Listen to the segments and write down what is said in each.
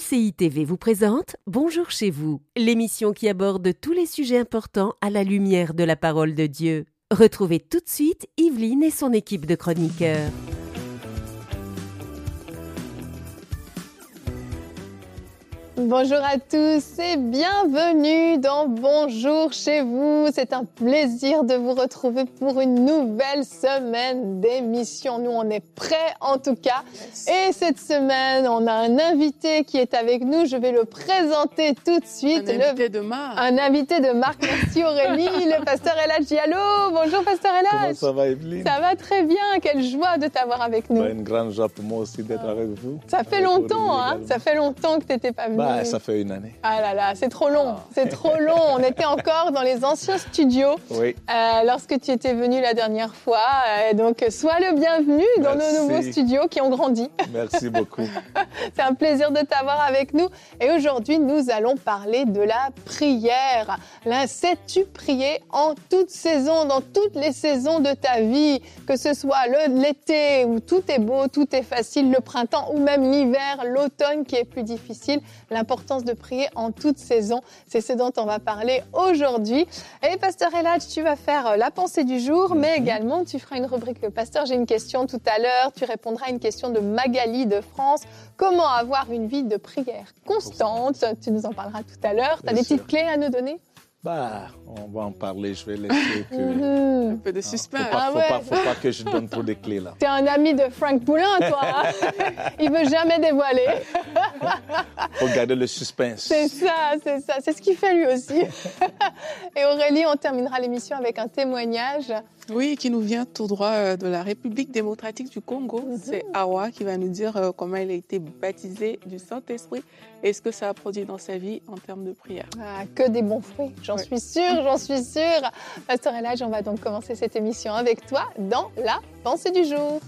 MCI TV vous présente Bonjour chez vous, l'émission qui aborde tous les sujets importants à la lumière de la parole de Dieu. Retrouvez tout de suite Yveline et son équipe de chroniqueurs. Bonjour à tous et bienvenue dans Bonjour chez vous. C'est un plaisir de vous retrouver pour une nouvelle semaine d'émission. Nous, on est prêts en tout cas. Et cette semaine, on a un invité qui est avec nous. Je vais le présenter tout de suite. Un invité de marque. Un invité de marque. Merci Aurélie, le pasteur Elhadj Diallo. Bonjour pasteur Elhadj. Comment ça va Yveline? Ça va très bien. Quelle joie de t'avoir avec nous. Une grande joie pour moi aussi d'être avec vous. Ça fait longtemps, hein? Ça fait longtemps que tu n'étais pas venu. Ça fait une année. Ah là là, c'est trop long, c'est trop long. On était encore dans les anciens studios lorsque tu étais venu la dernière fois. Donc, sois le bienvenu dans nos nouveaux studios qui ont grandi. Merci beaucoup. C'est un plaisir de t'avoir avec nous. Et aujourd'hui, nous allons parler de la prière. Là, sais-tu prier en toute saison, dans toutes les saisons de ta vie, que ce soit l'été où tout est beau, tout est facile, le printemps ou même l'hiver, l'automne qui est plus difficile. L'importance de prier en toute saison, c'est ce dont on va parler aujourd'hui. Et pasteur Elhadj, tu vas faire la pensée du jour, mais également tu feras une rubrique pasteur, j'ai une question tout à l'heure, tu répondras à une question de Magali de France. Comment avoir une vie de prière constante? Tu nous en parleras tout à l'heure. Tu as des petites clés à nous donner? On va en parler. Je vais laisser un peu de suspense. Faut pas que je donne trop de clés là. T'es un ami de Frank Poulin, toi. Hein? Il veut jamais dévoiler. Faut garder le suspense. C'est ça. C'est ce qu'il fait lui aussi. Et Aurélie, on terminera l'émission avec un témoignage. Oui, qui nous vient tout droit de la République démocratique du Congo. C'est Awa qui va nous dire comment elle a été baptisée du Saint-Esprit et ce que ça a produit dans sa vie en termes de prière. Ah, que des bons fruits, j'en suis sûre. Pasteur Elhadj, on va donc commencer cette émission avec toi dans la pensée du jour.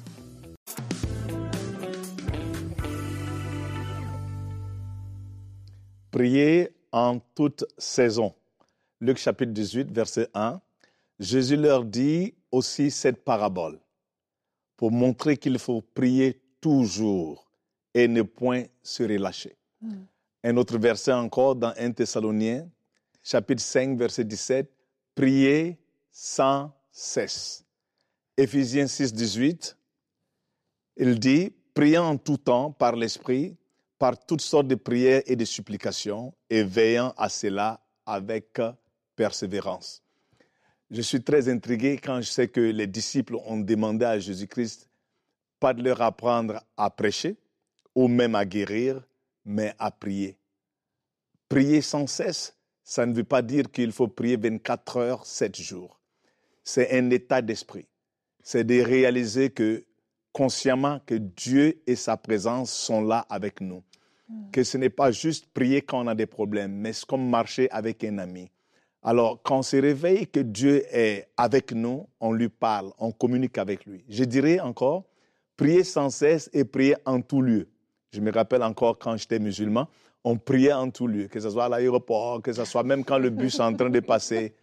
Prier en toute saison. Luc chapitre 18, verset 1. Jésus leur dit aussi cette parabole pour montrer qu'il faut prier toujours et ne point se relâcher. Un autre verset encore dans 1 Thessaloniciens, chapitre 5, verset 17, priez sans cesse. Éphésiens 6, 18, il dit, priez en tout temps par l'Esprit, par toutes sortes de prières et de supplications, et veillant à cela avec persévérance. Je suis très intrigué quand je sais que les disciples ont demandé à Jésus-Christ pas de leur apprendre à prêcher ou même à guérir, mais à prier. Prier sans cesse, ça ne veut pas dire qu'il faut prier 24 heures, 7 jours. C'est un état d'esprit. C'est de réaliser que consciemment que Dieu et sa présence sont là avec nous. Que ce n'est pas juste prier quand on a des problèmes, mais c'est comme marcher avec un ami. Alors, quand on se réveille que Dieu est avec nous, on lui parle, on communique avec lui. Je dirais encore, prier sans cesse et prier en tout lieu. Je me rappelle encore quand j'étais musulman, on priait en tout lieu, que ce soit à l'aéroport, que ce soit même quand le bus est en train de passer.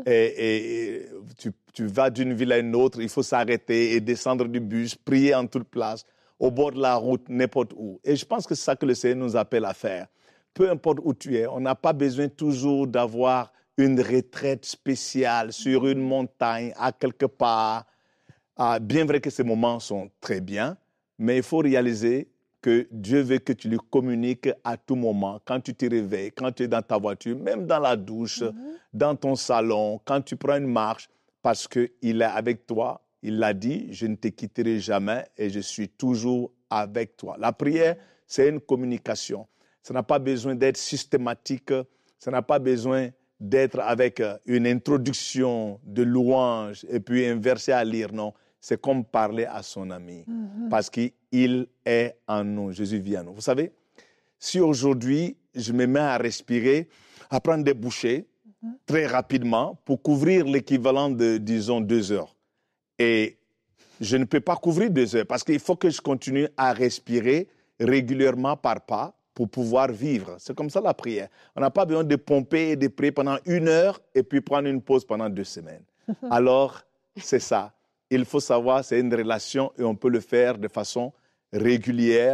Et tu vas d'une ville à une autre, il faut s'arrêter et descendre du bus, prier en toute place, au bord de la route, n'importe où. Et je pense que c'est ça que le Seigneur nous appelle à faire. Peu importe où tu es, on n'a pas besoin toujours d'avoir une retraite spéciale sur une montagne, à quelque part. Bien vrai que ces moments sont très bien, mais il faut réaliser que Dieu veut que tu lui communiques à tout moment, quand tu te réveilles, quand tu es dans ta voiture, même dans la douche, dans ton salon, quand tu prends une marche, parce qu'il est avec toi. Il l'a dit, je ne te quitterai jamais et je suis toujours avec toi. La prière, c'est une communication. Ça n'a pas besoin d'être systématique, ça n'a pas besoin d'être avec une introduction de louange et puis un verset à lire. Non, c'est comme parler à son ami parce qu'il est en nous. Jésus vit en nous. Vous savez, si aujourd'hui, je me mets à respirer, à prendre des bouchées très rapidement pour couvrir l'équivalent de, disons, 2 heures. Et je ne peux pas couvrir 2 heures parce qu'il faut que je continue à respirer régulièrement par pas pour pouvoir vivre. C'est comme ça la prière. On n'a pas besoin de pomper et de prier pendant 1 heure et puis prendre une pause pendant 2 semaines. Alors, c'est ça. Il faut savoir, c'est une relation et on peut le faire de façon régulière,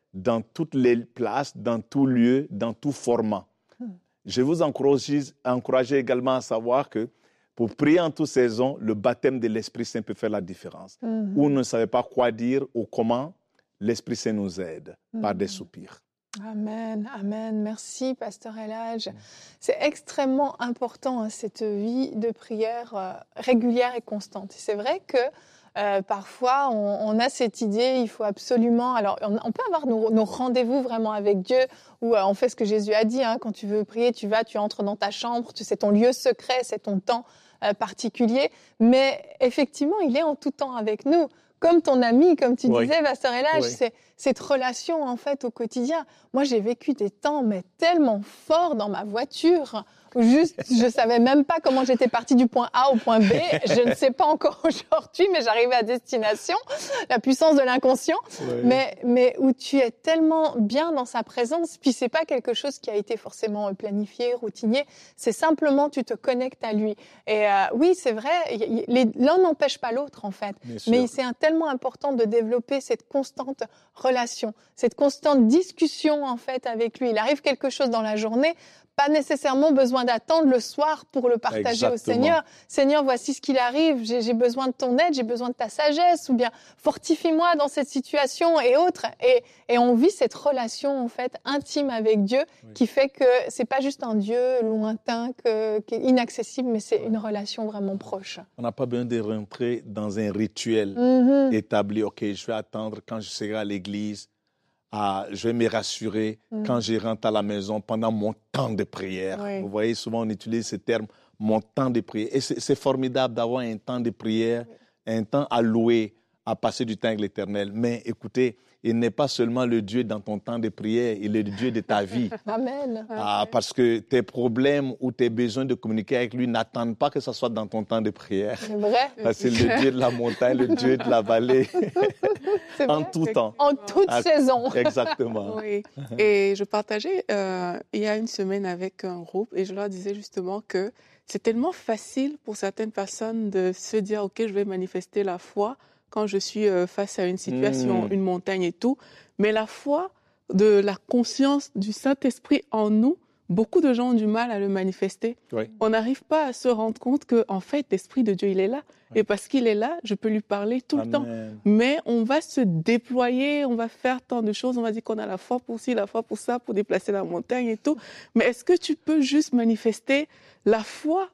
dans toutes les places, dans tout lieu, dans tout format. Je vous encourage également à savoir que pour prier en toute saison, le baptême de l'Esprit Saint peut faire la différence. Où on ne savait pas quoi dire ou comment, l'Esprit Saint nous aide par des soupirs. Amen, amen. Merci, Pasteur Elhadj. C'est extrêmement important, cette vie de prière régulière et constante. C'est vrai que parfois, on a cette idée, il faut absolument... Alors, on peut avoir nos rendez-vous vraiment avec Dieu, où on fait ce que Jésus a dit. Quand tu veux prier, tu entres dans ta chambre, c'est ton lieu secret, c'est ton temps particulier. Mais effectivement, il est en tout temps avec nous. Comme ton ami, comme tu disais, Pasteur Elhadj, c'est cette relation en fait au quotidien. Moi, j'ai vécu des temps mais tellement forts dans ma voiture où juste je savais même pas comment j'étais partie du point A au point B. Je ne sais pas encore aujourd'hui, mais j'arrivais à destination. La puissance de l'inconscient, mais où tu es tellement bien dans sa présence. Puis c'est pas quelque chose qui a été forcément planifié, routinier. C'est simplement tu te connectes à lui. Et oui, c'est vrai, l'un n'empêche pas l'autre en fait. Mais c'est tellement important de développer cette constante relation, cette constante discussion en fait avec lui. Il arrive quelque chose dans la journée, pas nécessairement besoin d'attendre le soir pour le partager au Seigneur. Seigneur, voici ce qu'il arrive, j'ai besoin de ton aide, j'ai besoin de ta sagesse, ou bien fortifie-moi dans cette situation et autres. Et on vit cette relation en fait intime avec Dieu qui fait que c'est pas juste un Dieu lointain, qui est inaccessible, mais c'est une relation vraiment proche. On n'a pas besoin de rentrer dans un rituel établi. Ok, je vais attendre quand je serai à l'église. Je vais me rassurer quand je rentre à la maison pendant mon temps de prière. Vous voyez, souvent on utilise ce terme, mon temps de prière. Et c'est formidable d'avoir un temps de prière, un temps alloué à passer du temps avec l'Éternel. Mais écoutez, il n'est pas seulement le Dieu dans ton temps de prière, il est le Dieu de ta vie. Amen. Parce que tes problèmes ou tes besoins de communiquer avec lui n'attendent pas que ce soit dans ton temps de prière. C'est vrai. C'est le Dieu de la montagne, le Dieu de la vallée. En tout temps. En toute saison. Exactement. Oui. Et je partageais il y a une semaine avec un groupe et je leur disais justement que c'est tellement facile pour certaines personnes de se dire « Ok, je vais manifester la foi » quand je suis face à une situation, une montagne et tout. Mais la foi, de la conscience du Saint-Esprit en nous, beaucoup de gens ont du mal à le manifester. On n'arrive pas à se rendre compte que, en fait, l'Esprit de Dieu, il est là. Et parce qu'il est là, je peux lui parler tout le temps. Mais on va se déployer, on va faire tant de choses. On va dire qu'on a la foi pour ci, la foi pour ça, pour déplacer la montagne et tout. Mais est-ce que tu peux juste manifester la foi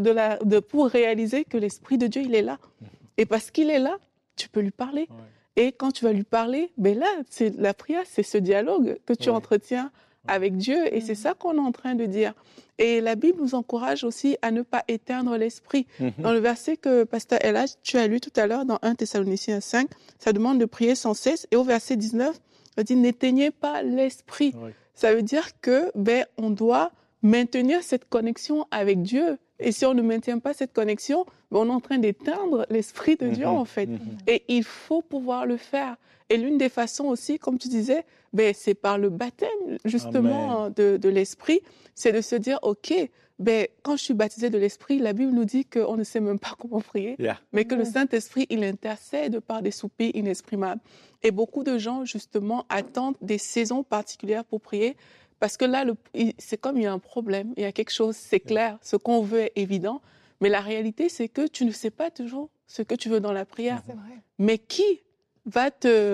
pour réaliser que l'Esprit de Dieu, il est là? Et parce qu'il est là, tu peux lui parler. Et quand tu vas lui parler, ben là, la prière, c'est ce dialogue que tu entretiens avec Dieu. Et c'est ça qu'on est en train de dire. Et la Bible nous encourage aussi à ne pas éteindre l'esprit. Dans le verset que Pasteur Elhadj, tu as lu tout à l'heure dans 1 Thessaloniciens 5, ça demande de prier sans cesse. Et au verset 19, ça dit « N'éteignez pas l'esprit ». Ça veut dire que on doit maintenir cette connexion avec Dieu. Et si on ne maintient pas cette connexion, on est en train d'éteindre l'Esprit de Dieu, en fait. Et il faut pouvoir le faire. Et l'une des façons aussi, comme tu disais, c'est par le baptême, justement, de l'Esprit. C'est de se dire, OK, quand je suis baptisé de l'Esprit, la Bible nous dit qu'on ne sait même pas comment prier, mais que le Saint-Esprit, il intercède par des soupirs inexprimables. Et beaucoup de gens, justement, attendent des saisons particulières pour prier. Parce que là, c'est comme il y a un problème, il y a quelque chose, c'est clair, ce qu'on veut est évident, mais la réalité, c'est que tu ne sais pas toujours ce que tu veux dans la prière. C'est vrai. Mais qui va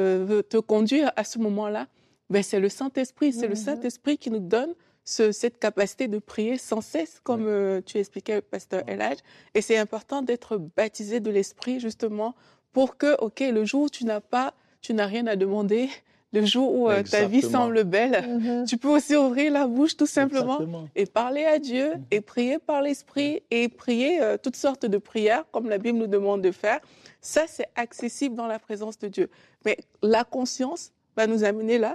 te conduire à ce moment-là? C'est le Saint-Esprit, c'est le Saint-Esprit qui nous donne cette capacité de prier sans cesse, comme tu expliquais, Pasteur Elhadj. Et c'est important d'être baptisé de l'Esprit, justement, pour que, OK, le jour où tu n'as rien à demander, le jour où ta vie semble belle, tu peux aussi ouvrir la bouche tout simplement et parler à Dieu et prier par l'Esprit et prier toutes sortes de prières comme la Bible nous demande de faire. Ça, c'est accessible dans la présence de Dieu. Mais la conscience va nous amener là.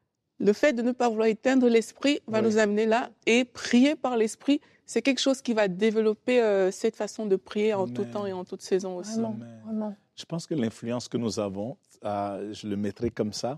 Le fait de ne pas vouloir éteindre l'Esprit va nous amener là. Et prier par l'Esprit, c'est quelque chose qui va développer cette façon de prier en tout temps et en toute saison aussi. Vraiment. Je pense que l'influence que nous avons, je le mettrai comme ça,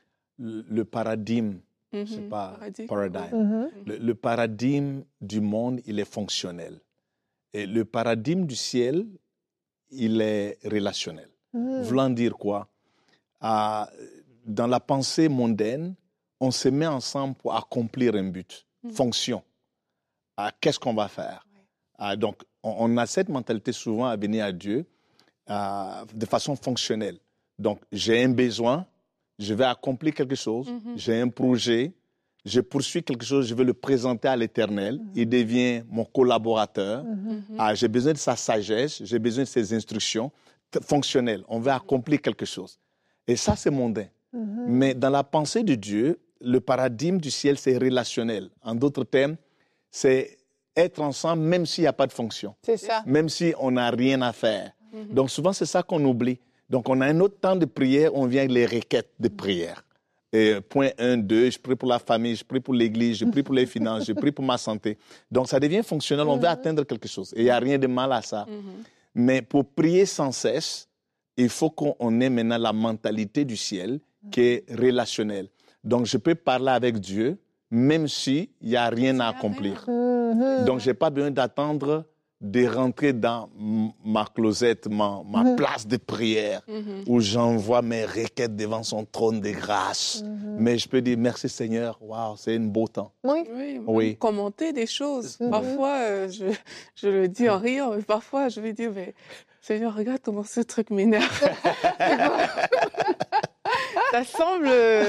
le paradigme, je sais pas, paradigme. Le paradigme du monde, il est fonctionnel. Et le paradigme du ciel, il est relationnel. Voulant dire quoi? dans la pensée mondaine, on se met ensemble pour accomplir un but, fonction. Qu'est-ce qu'on va faire? Donc, on a cette mentalité souvent à venir à Dieu de façon fonctionnelle. Donc, j'ai un besoin, je vais accomplir quelque chose, j'ai un projet, je poursuis quelque chose, je vais le présenter à l'Éternel, il devient mon collaborateur, j'ai besoin de sa sagesse, j'ai besoin de ses instructions fonctionnelles, on veut accomplir quelque chose. Et ça, c'est mondain. Mais dans la pensée de Dieu, le paradigme du ciel, c'est relationnel. En d'autres termes, c'est être ensemble même s'il n'y a pas de fonction. C'est ça. Même si on n'a rien à faire. Donc souvent, c'est ça qu'on oublie. Donc on a un autre temps de prière, on vient avec les requêtes de prière. Et point 1, 2, je prie pour la famille, je prie pour l'église, je prie pour les finances, je prie pour ma santé. Donc ça devient fonctionnel, on veut atteindre quelque chose. Et il n'y a rien de mal à ça. Mais pour prier sans cesse, il faut qu'on ait maintenant la mentalité du ciel qui est relationnelle. Donc je peux parler avec Dieu même s'il n'y a rien à accomplir. Donc je n'ai pas besoin d'attendre de rentrer dans ma closette, ma place de prière, où j'envoie mes requêtes devant son trône de grâce. Mais je peux dire merci Seigneur, waouh, c'est un beau temps. Oui. Commenter des choses. Parfois, je le dis en riant, mais parfois je vais dire, mais Seigneur, regarde comment ce truc m'énerve. Ça semble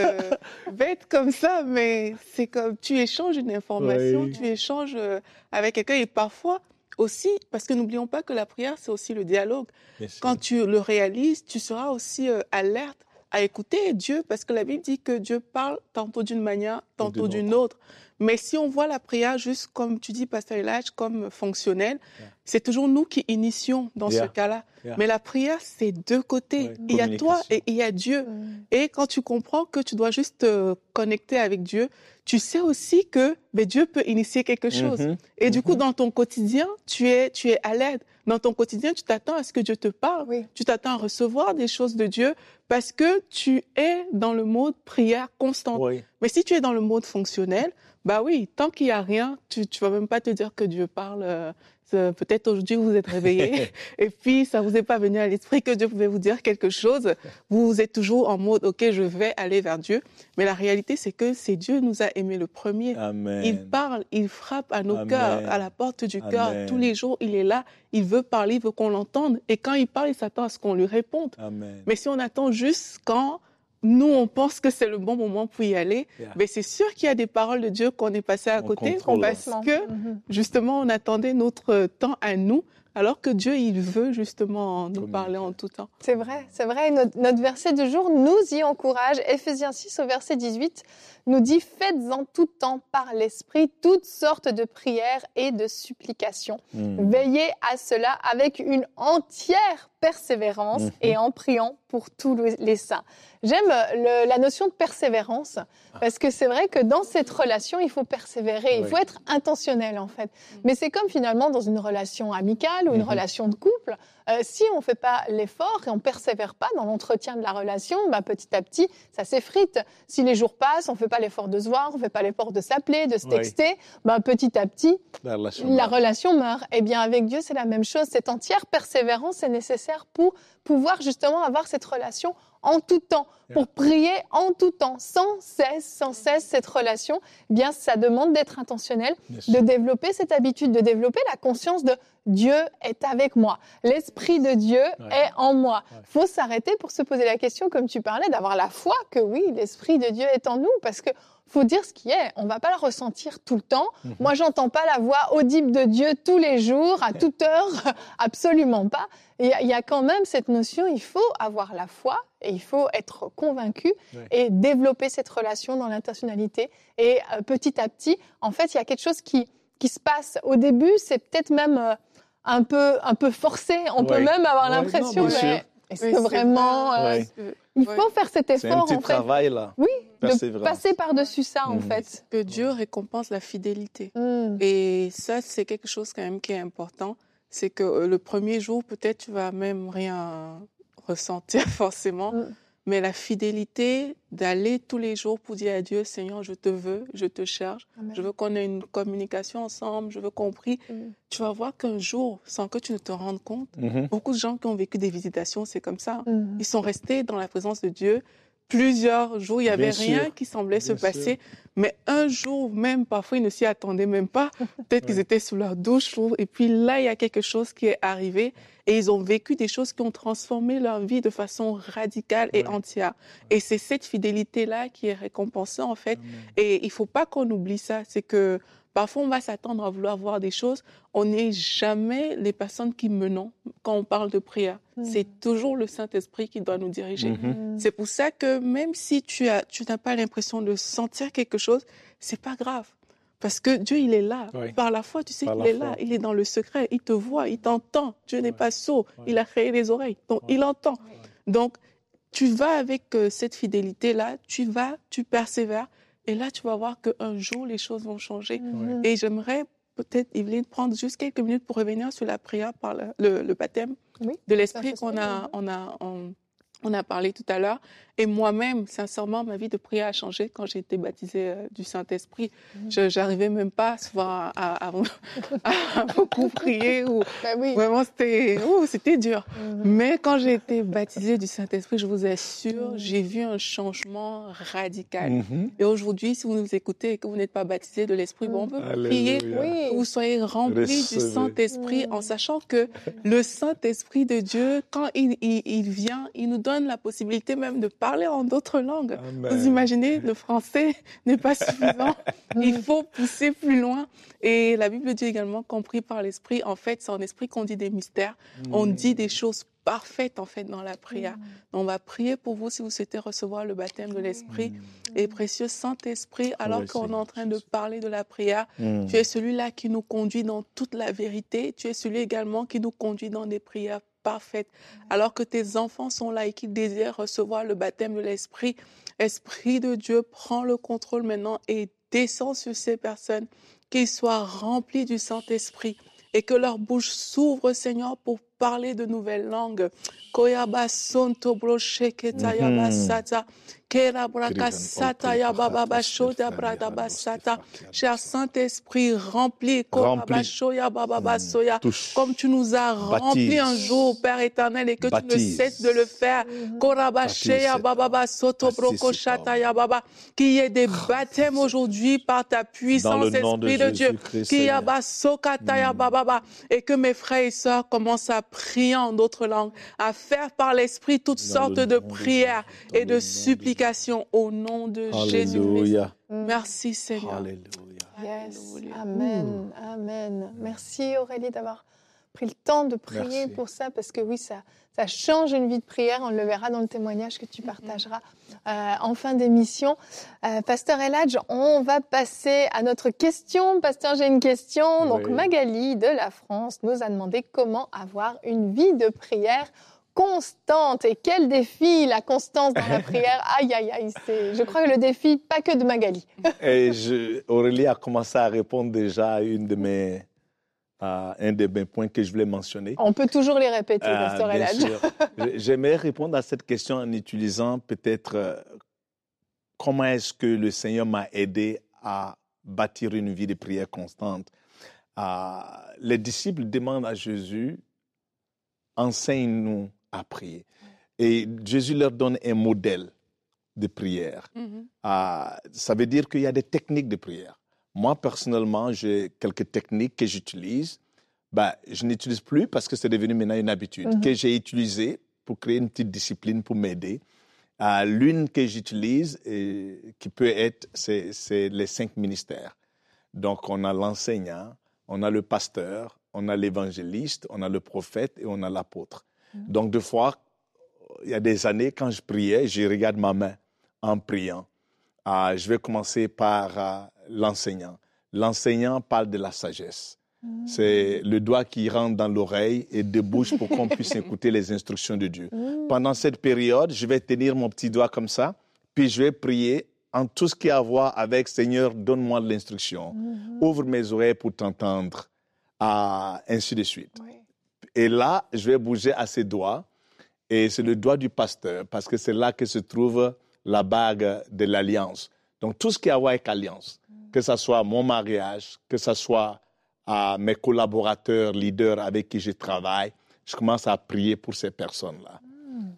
bête comme ça, mais c'est comme tu échanges une information, tu échanges avec quelqu'un et parfois aussi, parce que n'oublions pas que la prière, c'est aussi le dialogue. Quand tu le réalises, tu seras aussi alerte à écouter Dieu, parce que la Bible dit que Dieu parle tantôt d'une manière, tantôt d'une autre. Mais si on voit la prière juste comme tu dis, Pasteur Elijah, comme fonctionnelle, c'est toujours nous qui initions dans ce cas-là. Mais la prière, c'est deux côtés. Il y a toi et il y a Dieu. Et quand tu comprends que tu dois juste te connecter avec Dieu, tu sais aussi que Dieu peut initier quelque chose. Et du coup, dans ton quotidien, tu es à l'aide. Dans ton quotidien, tu t'attends à ce que Dieu te parle. Tu t'attends à recevoir des choses de Dieu parce que tu es dans le mode prière constante. Mais si tu es dans le mode fonctionnel, tant qu'il n'y a rien, tu ne vas même pas te dire que Dieu parle. Peut-être aujourd'hui, vous êtes réveillé et puis ça ne vous est pas venu à l'esprit que Dieu pouvait vous dire quelque chose. Vous êtes toujours en mode, OK, je vais aller vers Dieu. Mais la réalité, c'est que c'est Dieu nous a aimés le premier. Amen. Il parle, il frappe à nos cœurs, à la porte du cœur. Tous les jours, il est là. Il veut parler, il veut qu'on l'entende. Et quand il parle, il s'attend à ce qu'on lui réponde. Amen. Mais si on attend juste quand nous, on pense que c'est le bon moment pour y aller, c'est sûr qu'il y a des paroles de Dieu qu'on est passé à côté parce que, justement, on attendait notre temps à nous, alors que Dieu, il veut justement nous parler en tout temps. C'est vrai, c'est vrai. Notre verset du jour nous y encourage. Éphésiens 6 au verset 18 nous dit « Faites en tout temps par l'Esprit toutes sortes de prières et de supplications. Veillez à cela avec une entière persévérance et en priant pour tous les saints. » J'aime la notion de persévérance parce que c'est vrai que dans cette relation, il faut persévérer, il faut être intentionnel en fait. Mais c'est comme finalement dans une relation amicale ou une relation de couple. Si on ne fait pas l'effort et on ne persévère pas dans l'entretien de la relation, petit à petit, ça s'effrite. Si les jours passent, on ne fait pas l'effort de se voir, on ne fait pas l'effort de s'appeler, de se texter, petit à petit, la relation meurt. Et bien avec Dieu, c'est la même chose. Cette entière persévérance est nécessaire pour pouvoir justement avoir cette relation en tout temps, pour prier en tout temps, sans cesse cette relation. Bien, ça demande d'être intentionnel, de développer cette habitude, de développer la conscience de Dieu est avec moi, l'Esprit de Dieu est en moi. Faut s'arrêter pour se poser la question, comme tu parlais, d'avoir la foi que oui, l'Esprit de Dieu est en nous, parce que faut dire ce qui est, on va pas le ressentir tout le temps. Moi, j'entends pas la voix audible de Dieu tous les jours, à toute heure, absolument pas. Il y a quand même cette notion, il faut avoir la foi et il faut être convaincu et développer cette relation dans l'intentionnalité. Et petit à petit, en fait, il y a quelque chose qui se passe. Au début, c'est peut-être même un peu forcé. On peut même avoir l'impression, mais est-ce que vraiment... Il faut faire cet effort, en fait. C'est un petit travail, là. Oui, de passer par-dessus ça, en fait. Que Dieu récompense la fidélité. Et ça, c'est quelque chose quand même qui est important. C'est que le premier jour, peut-être, tu vas même rien ressentir forcément. Mais la fidélité d'aller tous les jours pour dire à Dieu, Seigneur, je te veux, je te cherche, je veux qu'on ait une communication ensemble, je veux qu'on prie. Tu vas voir qu'un jour, sans que tu ne te rendes compte, beaucoup de gens qui ont vécu des visitations, c'est comme ça. Ils sont restés dans la présence de Dieu plusieurs jours, il n'y avait Bien rien sûr. qui semblait se Bien passer. sûr. Mais un jour, même parfois, ils ne s'y attendaient même pas. Peut-être qu'ils étaient sous leur douche. Et puis là, il y a quelque chose qui est arrivé. Et ils ont vécu des choses qui ont transformé leur vie de façon radicale et entière. Et c'est cette fidélité-là qui est récompensée, en fait. Amen. Et il ne faut pas qu'on oublie ça. C'est que parfois, on va s'attendre à vouloir voir des choses. On n'est jamais les personnes qui menons quand on parle de prière. C'est toujours le Saint-Esprit qui doit nous diriger. C'est pour ça que même si tu n'as pas l'impression de sentir quelque chose, c'est pas grave. Parce que Dieu, il est là. Oui. Par la foi, tu sais Par qu'il la est là. foi. Il est dans le secret. Il te voit, il t'entend. Dieu n'est pas sourd. Il a créé les oreilles. Donc, il entend. Donc, tu vas avec cette fidélité-là, tu persévères. Et là, tu vas voir qu'un jour, les choses vont changer. Et j'aimerais peut-être, Yveline, prendre juste quelques minutes pour revenir sur la prière par le baptême de l'Esprit on a parlé tout à l'heure. Et moi-même, sincèrement, ma vie de prière a changé quand j'ai été baptisée du Saint-Esprit. J'arrivais même pas souvent à beaucoup prier. Vraiment, c'était dur. Mais quand j'ai été baptisée du Saint-Esprit, je vous assure, j'ai vu un changement radical. Et aujourd'hui, si vous nous écoutez et que vous n'êtes pas baptisé de l'Esprit, on peut prier que vous soyez remplis du Saint-Esprit en sachant que le Saint-Esprit de Dieu, quand il vient, il nous donne la possibilité même de parler en d'autres langues. Amen. Vous imaginez, le français n'est pas suffisant. Il faut pousser plus loin. Et la Bible dit également qu'on prie par l'Esprit. En fait, c'est en esprit qu'on dit des mystères. On dit des choses parfaites, en fait, dans la prière. Donc, on va prier pour vous si vous souhaitez recevoir le baptême de l'Esprit. Et précieux Saint-Esprit, alors qu'on est en train de parler de la prière, tu es celui-là qui nous conduit dans toute la vérité. Tu es celui également qui nous conduit dans des prières parfaite. Alors que tes enfants sont là et qui désirent recevoir le baptême de l'Esprit, Esprit de Dieu, prends le contrôle maintenant et descends sur ces personnes, qu'ils soient remplis du Saint-Esprit et que leur bouche s'ouvre, Seigneur, pour parler de nouvelles langues. Cher Saint-Esprit, remplis comme tu nous as remplis un jour, Père éternel, et que tu ne cesses de le faire. Qu'il y ait des baptêmes aujourd'hui par ta puissance, Esprit de Dieu. Et que mes frères et sœurs commencent à prier en d'autres langues, à faire par l'Esprit toutes sortes de prières et de supplications au nom de Jésus-Christ. Merci Seigneur. Yes. Amen. Amen. Merci Aurélie d'avoir pris le temps de prier pour ça, parce que oui, ça change une vie de prière. On le verra dans le témoignage que tu partageras en fin d'émission. Pasteur Eladj, on va passer à notre question. Pasteur, j'ai une question. Donc Magali de la France nous a demandé comment avoir une vie de prière constante. Et quel défi, la constance dans la prière. Aïe, aïe, aïe. Je crois que le défi, pas que de Magali. Et Aurélie a commencé à répondre déjà à un de mes points que je voulais mentionner. On peut toujours les répéter, Pasteur Eladj. J'aimerais répondre à cette question en utilisant peut-être comment est-ce que le Seigneur m'a aidé à bâtir une vie de prière constante. Les disciples demandent à Jésus, enseigne-nous à prier. Et Jésus leur donne un modèle de prière. Ça veut dire qu'il y a des techniques de prière. Moi, personnellement, j'ai quelques techniques que j'utilise. Je n'utilise plus parce que c'est devenu maintenant une habitude que j'ai utilisée pour créer une petite discipline pour m'aider. L'une que j'utilise, qui peut être, c'est les 5 ministères. Donc, on a l'enseignant, on a le pasteur, on a l'évangéliste, on a le prophète et on a l'apôtre. Donc, des fois, il y a des années, quand je priais, je regarde ma main en priant. Je vais commencer par l'enseignant. L'enseignant parle de la sagesse. C'est le doigt qui rentre dans l'oreille et débouche pour qu'on puisse écouter les instructions de Dieu. Pendant cette période, je vais tenir mon petit doigt comme ça, puis je vais prier en tout ce qui a à voir avec « Seigneur, donne-moi de l'instruction. Ouvre mes oreilles pour t'entendre. » Ainsi de suite. Et là, je vais bouger à ces doigts. Et c'est le doigt du pasteur, parce que c'est là que se trouve la bague de l'alliance. Donc, tout ce qui a à voir avec l'alliance, que ce soit mon mariage, que ce soit mes collaborateurs, leaders avec qui je travaille, je commence à prier pour ces personnes-là.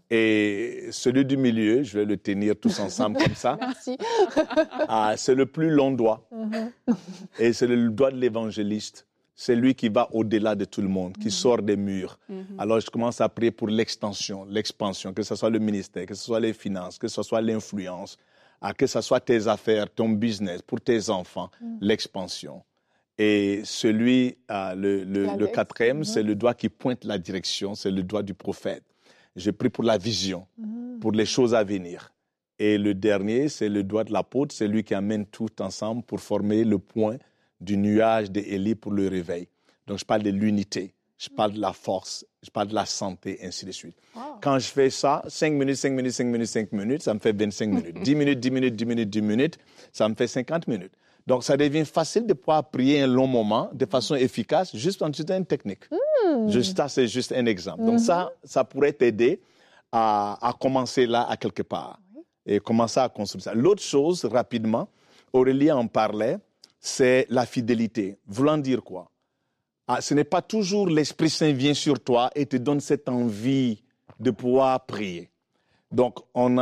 Et celui du milieu, je vais le tenir tous ensemble comme ça. Merci. C'est le plus long doigt. Et c'est le doigt de l'évangéliste. C'est lui qui va au-delà de tout le monde, qui sort des murs. Alors, je commence à prier pour l'extension, l'expansion, que ce soit le ministère, que ce soit les finances, que ce soit l'influence, que ce soit tes affaires, ton business, pour tes enfants, l'expansion. Et celui, le quatrième, c'est le doigt qui pointe la direction, c'est le doigt du prophète. Je prie pour la vision, pour les choses à venir. Et le dernier, c'est le doigt de l'apôtre, c'est lui qui amène tout ensemble pour former le point du nuage d'Élie pour le réveil. Donc, je parle de l'unité, je parle de la force, je parle de la santé, ainsi de suite. Wow. Quand je fais ça, 5 minutes, 5 minutes, 5 minutes, 5 minutes, ça me fait 25 minutes. 10 minutes, 10 minutes, 10 minutes, 10 minutes, ça me fait 50 minutes. Donc, ça devient facile de pouvoir prier un long moment de façon efficace, juste en utilisant une technique. Ça, c'est juste un exemple. Donc, ça pourrait t'aider à commencer là, à quelque part, et commencer à construire ça. L'autre chose, rapidement, Aurélie en parlait, c'est la fidélité. Voulant dire quoi? Ce n'est pas toujours l'Esprit Saint vient sur toi et te donne cette envie de pouvoir prier. Donc,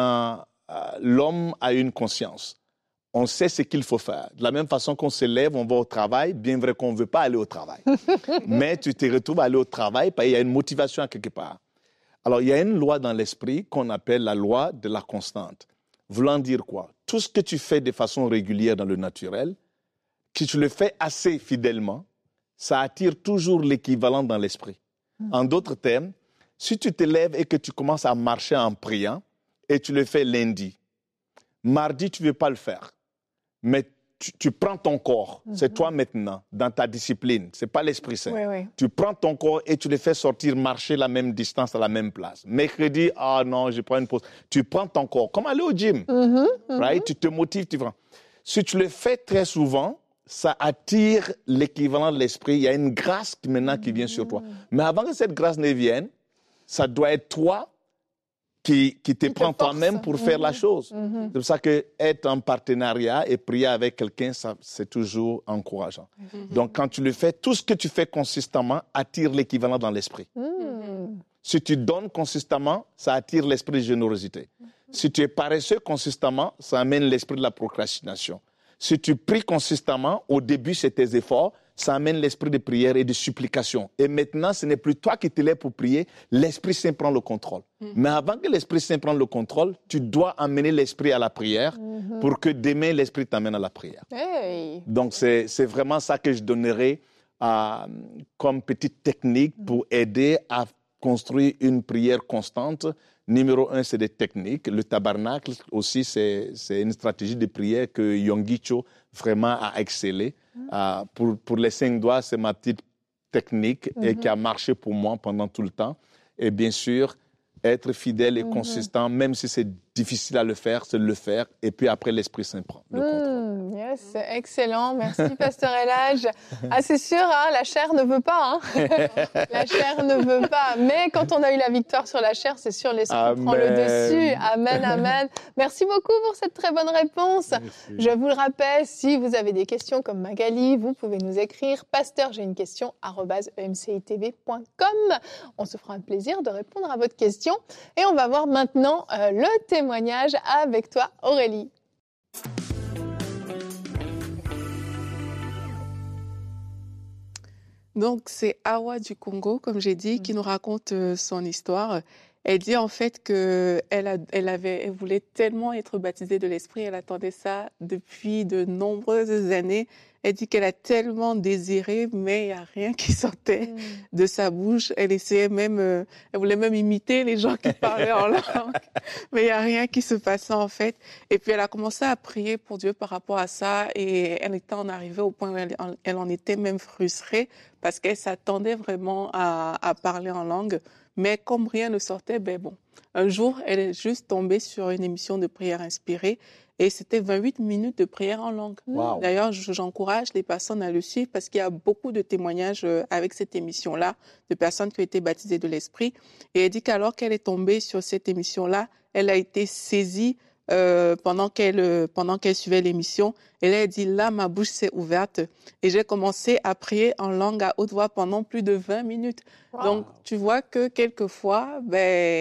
l'homme a une conscience. On sait ce qu'il faut faire. De la même façon qu'on se lève, on va au travail, bien vrai qu'on ne veut pas aller au travail. Mais tu te retrouves à aller au travail parce qu'il y a une motivation à quelque part. Alors, il y a une loi dans l'esprit qu'on appelle la loi de la constante. Voulant dire quoi? Tout ce que tu fais de façon régulière dans le naturel, que tu le fais assez fidèlement, ça attire toujours l'équivalent dans l'esprit. En d'autres termes, si tu te lèves et que tu commences à marcher en priant, et tu le fais lundi, mardi, tu ne veux pas le faire. Mais tu prends ton corps, c'est toi maintenant, dans ta discipline, ce n'est pas l'Esprit Saint. Oui. Tu prends ton corps et tu le fais sortir, marcher la même distance à la même place. Mercredi, non, je prends une pause. Tu prends ton corps, comme aller au gym. Right? Tu te motives, tu prends. Si tu le fais très souvent, ça attire l'équivalent de l'Esprit. Il y a une grâce maintenant qui vient sur toi. Mais avant que cette grâce ne vienne, ça doit être toi qui te prend toi-même pour faire la chose. C'est pour ça qu'être en partenariat et prier avec quelqu'un, c'est toujours encourageant. Donc, quand tu le fais, tout ce que tu fais consistamment attire l'équivalent dans l'esprit. Si tu donnes consistamment, ça attire l'esprit de générosité. Si tu es paresseux consistamment, ça amène l'esprit de la procrastination. Si tu pries consistamment, au début, c'est tes efforts, ça amène l'esprit de prière et de supplication. Et maintenant, ce n'est plus toi qui te lèves pour prier, l'Esprit Saint prend le contrôle. Mais avant que l'Esprit Saint prenne le contrôle, tu dois amener l'Esprit à la prière pour que demain, l'Esprit t'amène à la prière. Hey. Donc, c'est vraiment ça que je donnerais comme petite technique pour aider à construire une prière constante. Numéro 1, c'est des techniques. Le tabernacle aussi, c'est une stratégie de prière que Yonggi Cho vraiment a excellé. Pour les 5 doigts, c'est ma petite technique et qui a marché pour moi pendant tout le temps. Et bien sûr, être fidèle et consistant, même si c'est difficile à le faire, c'est le faire. Et puis après, l'Esprit Saint prend le contrôle. Yes, excellent. Merci, Pasteur Elhadj. C'est sûr, la chair ne veut pas. La chair ne veut pas. Mais quand on a eu la victoire sur la chair, c'est sûr, l'Esprit prend le dessus. Amen, amen. Merci beaucoup pour cette très bonne réponse. Merci. Je vous le rappelle, si vous avez des questions comme Magali, vous pouvez nous écrire pasteur, j'ai une question, @emcitv.com. On se fera un plaisir de répondre à votre question. Et on va voir maintenant le témoignage avec toi, Aurélie. Donc, c'est Awa du Congo, comme j'ai dit, qui nous raconte son histoire. Elle dit en fait qu'elle voulait tellement être baptisée de l'Esprit, elle attendait ça depuis de nombreuses années. Elle dit qu'elle a tellement désiré, mais il n'y a rien qui sortait de sa bouche. Elle essayait même, elle voulait même imiter les gens qui parlaient en langue, mais il n'y a rien qui se passait en fait. Et puis elle a commencé à prier pour Dieu par rapport à ça, et elle était en arrivée au point où elle en était même frustrée parce qu'elle s'attendait vraiment à parler en langue. Mais comme rien ne sortait, un jour, elle est juste tombée sur une émission de prière inspirée et c'était 28 minutes de prière en langue. Wow. D'ailleurs, j'encourage les personnes à le suivre parce qu'il y a beaucoup de témoignages avec cette émission-là, de personnes qui ont été baptisées de l'Esprit. Et elle dit qu'alors qu'elle est tombée sur cette émission-là, elle a été saisie pendant qu'elle suivait l'émission. Et là, elle dit, là, ma bouche s'est ouverte et j'ai commencé à prier en langue à haute voix pendant plus de 20 minutes. Wow. Donc, tu vois que quelquefois,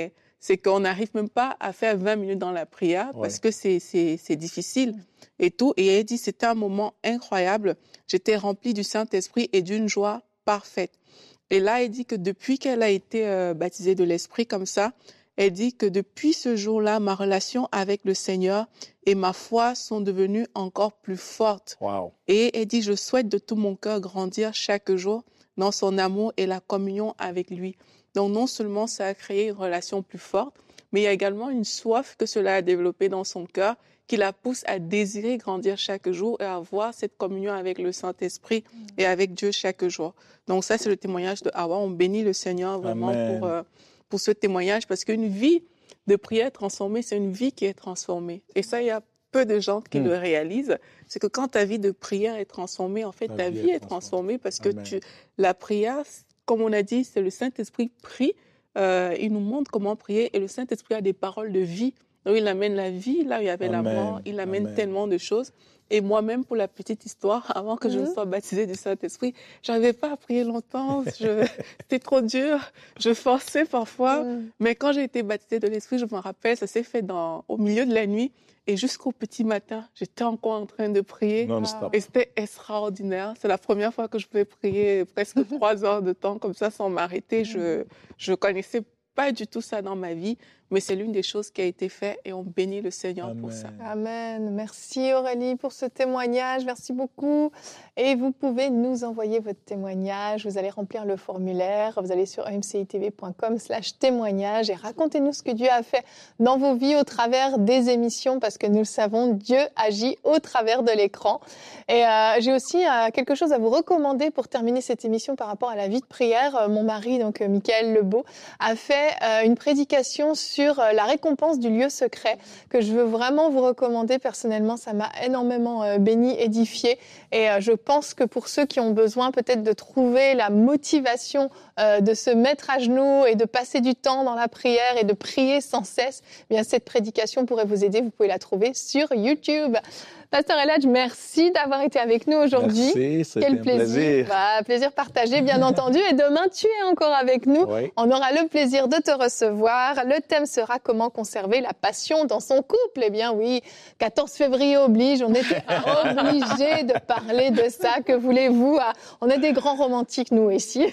c'est qu'on n'arrive même pas à faire 20 minutes dans la prière parce que c'est difficile et tout. Et elle dit, c'était un moment incroyable. J'étais remplie du Saint-Esprit et d'une joie parfaite. Et là, elle dit que depuis qu'elle a été baptisée de l'Esprit comme ça, elle dit que depuis ce jour-là, ma relation avec le Seigneur et ma foi sont devenues encore plus fortes. Wow. Et elle dit, je souhaite de tout mon cœur grandir chaque jour dans son amour et la communion avec lui. Donc non seulement ça a créé une relation plus forte, mais il y a également une soif que cela a développée dans son cœur qui la pousse à désirer grandir chaque jour et à avoir cette communion avec le Saint-Esprit et avec Dieu chaque jour. Donc ça, c'est le témoignage de Hawa. On bénit le Seigneur vraiment pour ce témoignage parce qu'une vie de prière transformée, c'est une vie qui est transformée. Et ça, il y a peu de gens qui le réalisent. C'est que quand ta vie de prière est transformée, en fait, ta vie est transformée parce que la prière, comme on a dit, c'est le Saint-Esprit prie. Il nous montre comment prier et le Saint-Esprit a des paroles de vie. Donc, il amène la vie là où il y avait la mort. Il amène tellement de choses. Et moi-même, pour la petite histoire, avant que je ne sois baptisée du Saint-Esprit, je n'arrivais pas à prier longtemps. C'était trop dur. Je forçais parfois. Mais quand j'ai été baptisée de l'Esprit, je me rappelle, ça s'est fait au milieu de la nuit. Et jusqu'au petit matin, j'étais encore en train de prier. Non-stop. Et c'était extraordinaire. C'est la première fois que je pouvais prier presque 3 heures de temps comme ça sans m'arrêter. Je connaissais pas du tout ça dans ma vie, mais c'est l'une des choses qui a été faite et on bénit le Seigneur pour ça. Amen. Merci Aurélie pour ce témoignage. Merci beaucoup. Et vous pouvez nous envoyer votre témoignage. Vous allez remplir le formulaire. Vous allez sur emcitv.com/témoignage et racontez-nous ce que Dieu a fait dans vos vies au travers des émissions parce que nous le savons, Dieu agit au travers de l'écran. Et j'ai aussi quelque chose à vous recommander pour terminer cette émission par rapport à la vie de prière. Mon mari, donc Michael Lebeau, a fait une prédication sur la récompense du lieu secret que je veux vraiment vous recommander. Personnellement, ça m'a énormément béni, édifié et je pense que pour ceux qui ont besoin peut-être de trouver la motivation de se mettre à genoux et de passer du temps dans la prière et de prier sans cesse, eh bien cette prédication pourrait vous aider. Vous pouvez la trouver sur YouTube. Pasteur Eladj, merci d'avoir été avec nous aujourd'hui. Merci, c'était Quel plaisir. Plaisir partagé, bien entendu. Et demain, tu es encore avec nous. Oui. On aura le plaisir de te recevoir. Le thème sera comment conserver la passion dans son couple. Eh bien oui, 14 février oblige. On était obligés de parler de ça. Que voulez-vous? On est des grands romantiques, nous, ici.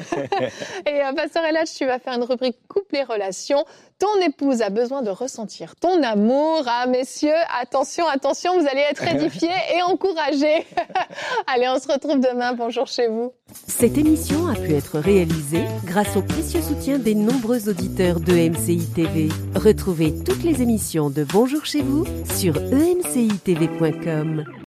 Et Pasteur Eladj, tu vas faire une rubrique couple et relations. Ton épouse a besoin de ressentir ton amour. Ah, messieurs, attention, attention, vous allez être édifiés et encouragés. Allez, on se retrouve demain. Bonjour chez vous. Cette émission a pu être réalisée grâce au précieux soutien des nombreux auditeurs de MCI TV. Retrouvez toutes les émissions de Bonjour chez vous sur emcitv.com.